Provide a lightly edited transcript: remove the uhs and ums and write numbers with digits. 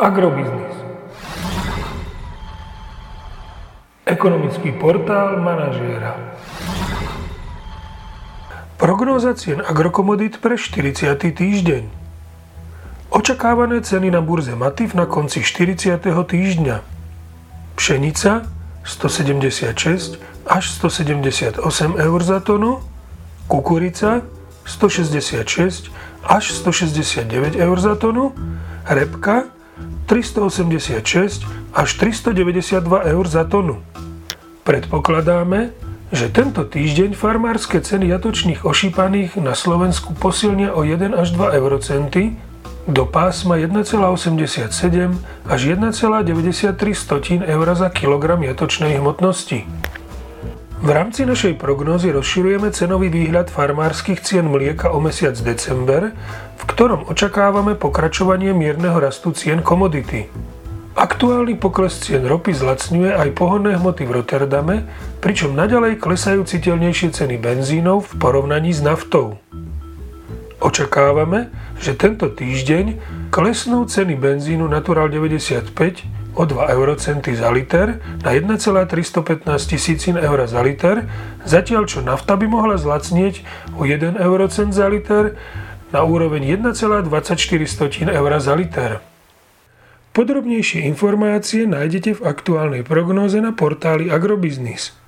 Agrobiznis. Ekonomický portál manažéra. Prognóza cien agrokomodít pre 40. týždeň. Očakávané ceny na burze Matif na konci 40. týždňa. Pšenica 176 až 178 eur za tonu, kukurica 166 až 169 eur za tonu, repka 386 až 392 eur za tonu. Predpokladáme, že tento týždeň farmárske ceny jatočných ošípaných na Slovensku posilnia o 1 až 2 eurocenty do pásma 1,87 až 1,93 eur za kilogram jatočnej hmotnosti. V rámci našej prognózy rozširujeme cenový výhľad farmárskych cien mlieka o mesiac december, v ktorom očakávame pokračovanie mierneho rastu cien komodity. Aktuálny pokles cien ropy zlacňuje aj pohonné hmoty v Rotterdame, pričom naďalej klesajú citeľnejšie ceny benzínov v porovnaní s naftou. Očakávame, že tento týždeň klesnú ceny benzínu Natural 95 o 2 eurocenty za liter na 1,315 tisícin eur za liter, zatiaľ čo nafta by mohla zlacnieť o 1 eurocent za liter na úroveň 1,24 eur za liter. Podrobnejšie informácie nájdete v aktuálnej prognóze na portáli Agrobiznis.